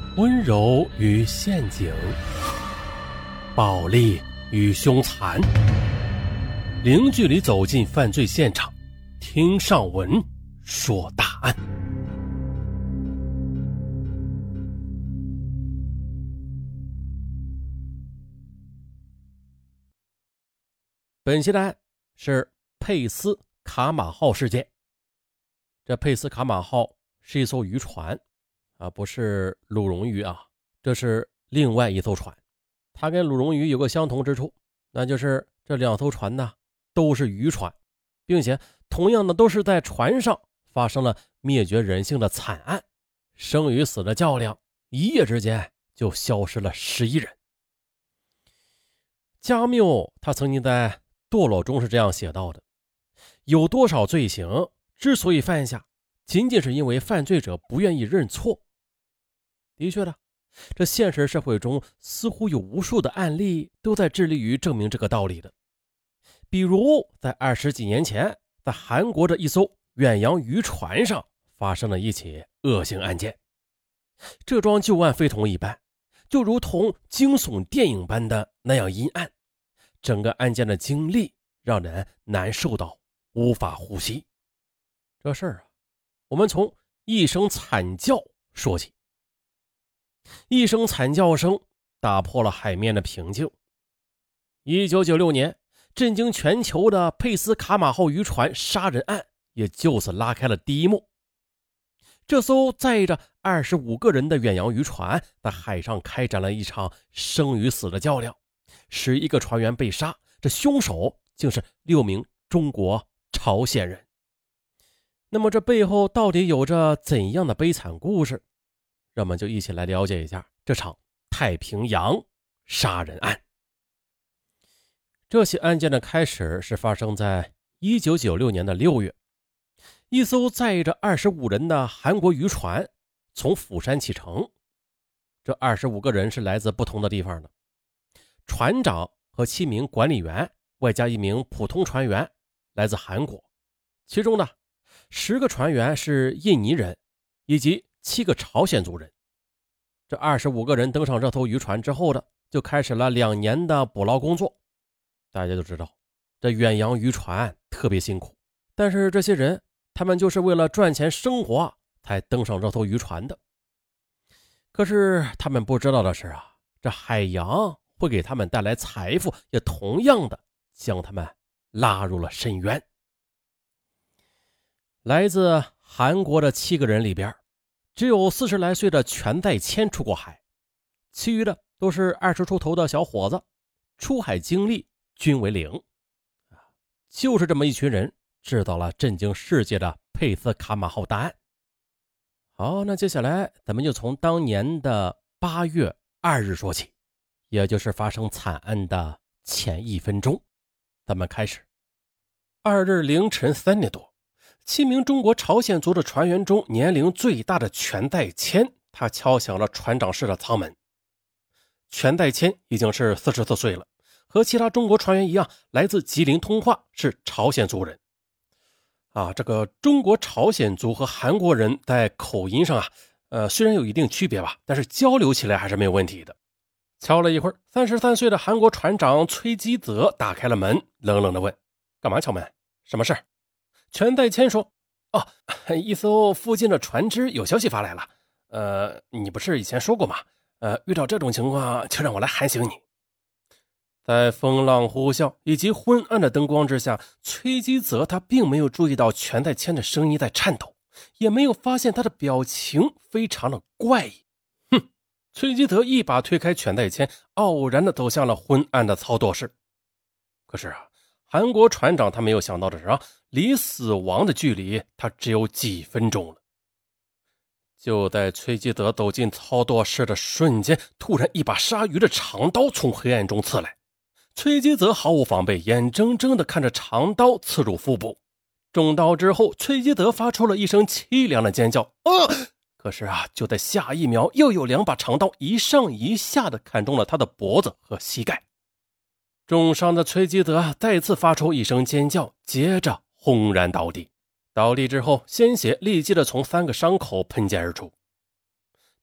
温柔与陷阱，暴力与凶残，零距离走进犯罪现场，听上文说大案。本期的案是佩斯卡马号事件。这佩斯卡马号是一艘渔船不是鲁荣鱼这是另外一艘船。它跟鲁荣鱼有个相同之处，那就是这两艘船呢都是渔船，并且同样的都是在船上发生了灭绝人性的惨案，生与死的较量，一夜之间就消失了11人。加缪他曾经在堕落中是这样写到的：有多少罪行之所以犯下，仅仅是因为犯罪者不愿意认错。的确的，这现实社会中似乎有无数的案例都在致力于证明这个道理的。比如在20几年前，在韩国的一艘远洋渔船上发生了一起恶性案件。这桩旧案非同一般，就如同惊悚电影般的那样阴暗，整个案件的经历让人难受到无法呼吸。这事儿我们从一声惨叫说起。一声惨叫声打破了海面的平静。1996年，震惊全球的佩斯卡马号渔船杀人案也就此拉开了第一幕。这艘载着25个人的远洋渔船在海上开展了一场生与死的较量，11个船员被杀，这凶手竟是6名中国朝鲜人。那么这背后到底有着怎样的悲惨故事？让我们就一起来了解一下这场太平洋杀人案。这起案件的开始是发生在1996年的6月，一艘载着25人的韩国渔船从釜山启程。这25个人是来自不同的地方的，船长和7名管理员外加1名普通船员来自韩国，其中呢10个船员是印尼人以及7个朝鲜族人。这25个人登上这艘渔船之后就开始了2年的捕捞工作。大家都知道这远洋渔船特别辛苦，但是这些人他们就是为了赚钱生活才登上这艘渔船的。可是他们不知道的是这海洋会给他们带来财富，也同样的将他们拉入了深渊。来自韩国的7个人里边，只有40来岁的全在谦出过海，其余的都是20出头的小伙子，出海经历均为0。就是这么一群人制造了震惊世界的佩斯卡马号大案。好，那接下来咱们就从当年的8月2日说起，也就是发生惨案的前1分钟。咱们开始。2日凌晨3点多，7名中国朝鲜族的船员中年龄最大的全在谦，他敲响了船长室的舱门。全在谦已经是44岁了，和其他中国船员一样，来自吉林通化，是朝鲜族人。这个中国朝鲜族和韩国人在口音上虽然有一定区别吧，但是交流起来还是没有问题的。敲了一会儿，33岁的韩国船长崔基泽打开了门，冷冷地问：干嘛敲门？什么事？全在谦说：一艘附近的船只有消息发来了，你不是以前说过吗？遇到这种情况就让我来喊醒你。在风浪呼啸以及昏暗的灯光之下，崔基泽他并没有注意到全在谦的声音在颤抖，也没有发现他的表情非常的怪异。崔基泽一把推开全在谦，傲然地走向了昏暗的操作室。可是韩国船长他没有想到的是离死亡的距离他只有几分钟了。就在崔基泽走进操作室的瞬间，突然一把鲨鱼的长刀从黑暗中刺来。崔基泽毫无防备，眼睁睁地看着长刀刺入腹部。中刀之后，崔基泽发出了一声凄凉的尖叫。可是就在下一秒，又有2把长刀一上一下地砍中了他的脖子和膝盖。重伤的崔基泽再次发出一声尖叫，接着轰然倒地。倒地之后，鲜血立即地从3个伤口喷溅而出。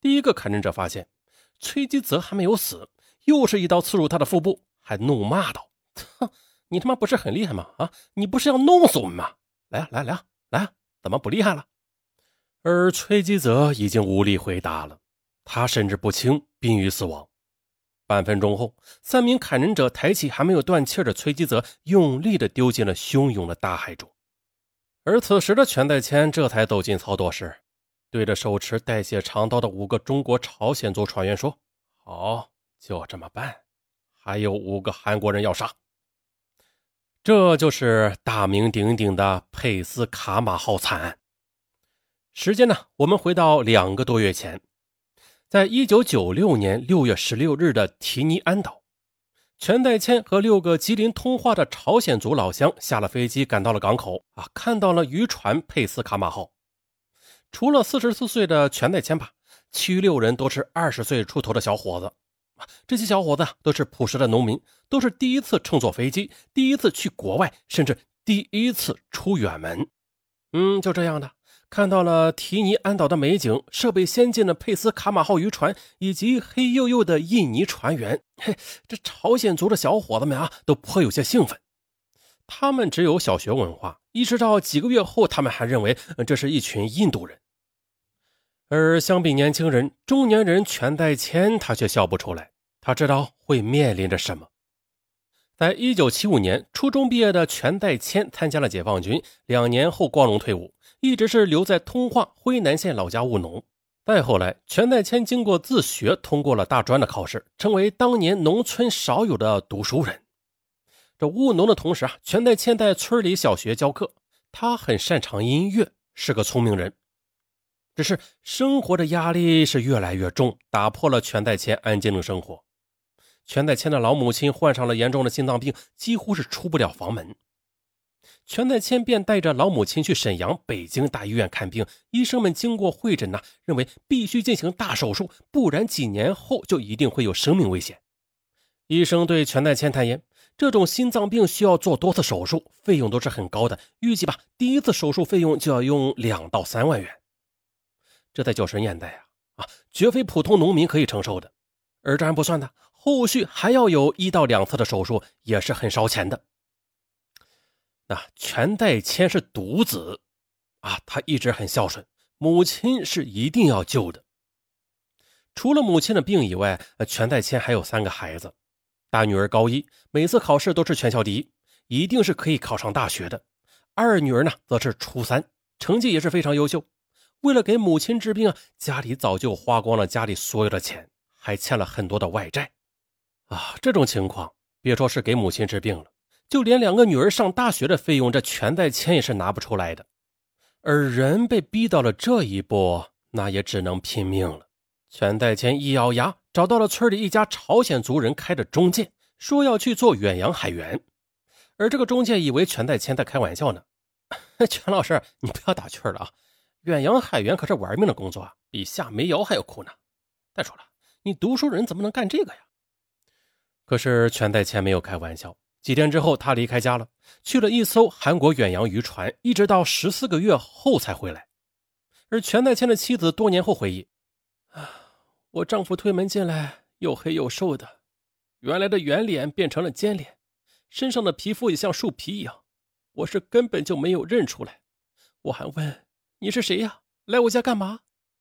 第一个看诊者发现崔基泽还没有死，又是一刀刺入他的腹部，还怒骂道：哼，你他妈不是很厉害吗？你不是要弄死我们吗？来啊来啊来啊来啊，怎么不厉害了？而崔基泽已经无力回答了，他神志不清，濒于死亡。半分钟后，3名砍人者抬起还没有断气的崔基泽，用力地丢进了汹涌的大海中。而此时的全代谦这才走进操作室，对着手持带血长刀的5个中国朝鲜族船员说：好，就这么办，还有5个韩国人要杀。这就是大名鼎鼎的佩斯卡马号惨案。时间呢，我们回到2个多月前，在1996年6月16日的提尼安岛，全代谦和6个吉林通化的朝鲜族老乡下了飞机，赶到了港口看到了渔船佩斯卡马号。除了44岁的全代谦吧，其余6人都是20岁出头的小伙子。这些小伙子都是朴实的农民，都是第一次乘坐飞机，第一次去国外，甚至第一次出远门。就这样的看到了提尼安岛的美景，设备先进的佩斯卡马号渔船，以及黑黝黝的印尼船员，这朝鲜族的小伙子们都颇有些兴奋。他们只有小学文化，一直到几个月后，他们还认为这是一群印度人。而相比年轻人，中年人全代谦他却笑不出来，他知道会面临着什么。在1975年初中毕业的全代谦参加了解放军，2年后光荣退伍，一直是留在通化辉南县老家务农。再后来，全代谦经过自学通过了大专的考试，成为当年农村少有的读书人。这务农的同时全代谦在村里小学教课，他很擅长音乐，是个聪明人。只是生活的压力是越来越重，打破了全代谦安静的生活。全代谦的老母亲患上了严重的心脏病，几乎是出不了房门。全代谦便带着老母亲去沈阳、北京大医院看病，医生们经过会诊认为必须进行大手术，不然几年后就一定会有生命危险。医生对全代谦坦言，这种心脏病需要做多次手术，费用都是很高的，预计第一次手术费用就要用2到3万元。这在90年代绝非普通农民可以承受的。而这还不算的，后续还要有1到2次的手术，也是很烧钱的。那全代谦是独子他一直很孝顺，母亲是一定要救的。除了母亲的病以外，全代谦还有3个孩子。大女儿高1，每次考试都是全校第1，一定是可以考上大学的。二女儿呢，则是初3，成绩也是非常优秀。为了给母亲治病家里早就花光了家里所有的钱，还欠了很多的外债这种情况别说是给母亲治病了，就连2个女儿上大学的费用，这全代谦也是拿不出来的。而人被逼到了这一步，那也只能拼命了。全代谦一咬牙，找到了村里一家朝鲜族人开的中介，说要去做远洋海员。而这个中介以为全代谦在开玩笑呢，全老师你不要打趣了远洋海员可是玩命的工作比下煤窑还要苦呢。再说了，你读书人怎么能干这个呀？可是全代谦没有开玩笑，几天之后他离开家了，去了一艘韩国远洋渔船，一直到14个月后才回来。而全代谦的妻子多年后回忆，我丈夫推门进来又黑又瘦的，原来的圆脸变成了尖脸，身上的皮肤也像树皮一样，我是根本就没有认出来。我还问你是谁呀？来我家干嘛？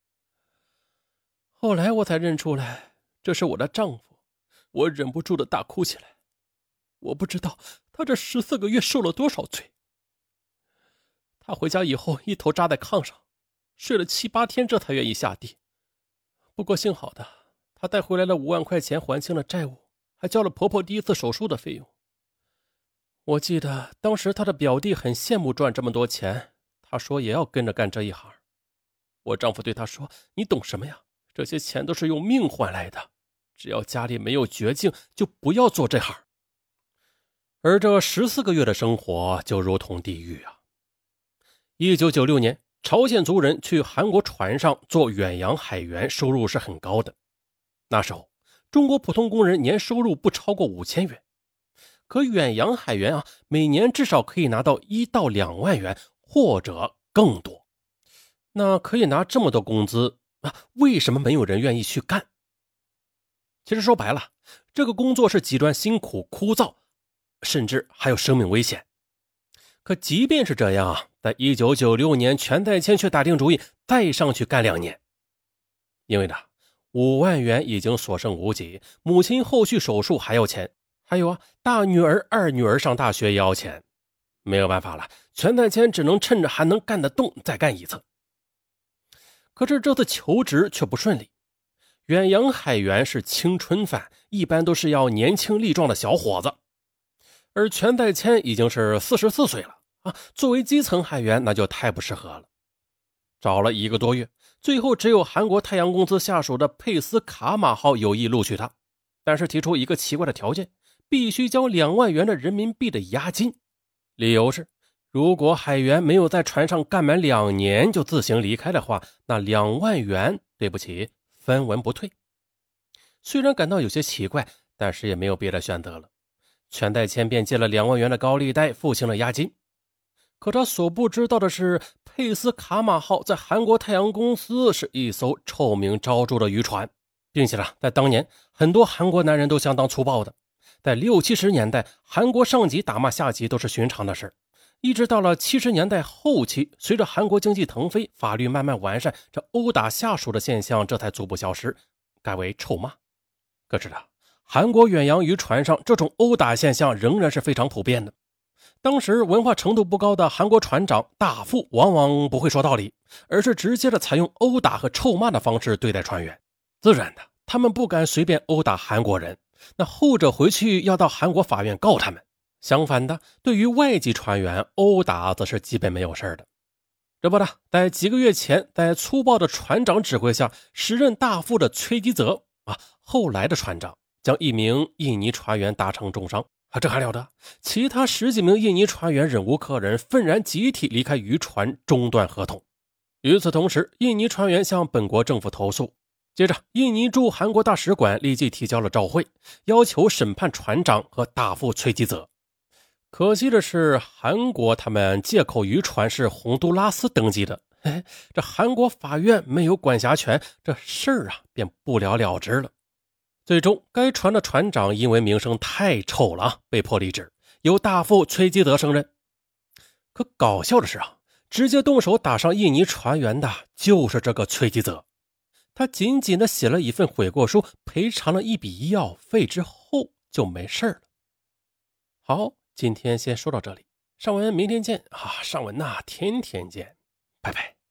后来我才认出来，这是我的丈夫。我忍不住的大哭起来。我不知道他这14个月受了多少罪。他回家以后一头扎在炕上，睡了7、8天，这才愿意下地。不过幸好的，他带回来了5万块钱还清了债务，还交了婆婆第一次手术的费用。我记得当时他的表弟很羡慕赚这么多钱，他说也要跟着干这一行。我丈夫对他说，你懂什么呀？这些钱都是用命换来的，只要家里没有绝境，就不要做这行。而这14个月的生活就如同地狱1996年，朝鲜族人去韩国船上做远洋海员，收入是很高的。那时候中国普通工人年收入不超过5000元，可远洋海员每年至少可以拿到1到2万元，或者更多。那可以拿这么多工资， 为什么没有人愿意去干？其实说白了，这个工作是极端辛苦、枯燥，甚至还有生命危险。可即便是这样，在1996年，全在谦却打定主意再上去干2年。因为呢，5万元已经所剩无几，母亲后续手术还要钱，还有大女儿、二女儿上大学也要钱。没有办法了，全在谦只能趁着还能干得动再干一次。可是这次求职却不顺利。远洋海员是青春饭，一般都是要年轻力壮的小伙子，而全在谦已经是44岁了作为基层海员那就太不适合了。找了1个多月，最后只有韩国太阳公司下属的佩斯卡马号有意录取他，但是提出一个奇怪的条件，必须交2万元的人民币的押金。理由是，如果海员没有在船上干满2年就自行离开的话，那2万元对不起，分文不退。虽然感到有些奇怪，但是也没有别的选择了。全在谦便借了2万元的高利贷，付清了押金。可他所不知道的是，佩斯卡马号在韩国太阳公司是一艘臭名昭著的渔船，并且在当年很多韩国男人都相当粗暴的。在60、70年代，韩国上级打骂下级都是寻常的事，一直到了70年代后期，随着韩国经济腾飞，法律慢慢完善，这殴打下属的现象这才逐步消失，改为臭骂。可是韩国远洋渔船上这种殴打现象仍然是非常普遍的。当时文化程度不高的韩国船长大副往往不会说道理，而是直接的采用殴打和臭骂的方式对待船员。自然的，他们不敢随便殴打韩国人，那后者回去要到韩国法院告他们。相反的，对于外籍船员，殴打则是基本没有事的。这不在几个月前，在粗暴的船长指挥下，时任大副的崔基泽后来的船长将一名印尼船员打成重伤。这还了得，其他10几名印尼船员忍无可忍，愤然集体离开渔船，中断合同。与此同时，印尼船员向本国政府投诉，接着印尼驻韩国大使馆立即提交了照会，要求审判船长和大副崔基泽。可惜的是，韩国他们借口渔船是洪都拉斯登记的，这韩国法院没有管辖权，这事儿便不了了之了。最终该船的船长因为名声太臭了被迫离职，由大副崔基泽升任。可搞笑的是直接动手打伤印尼船员的就是这个崔基泽。他仅仅的写了一份悔过书，赔偿了一笔医药费之后就没事了。好，今天先说到这里，上文明天见上文天天见，拜拜。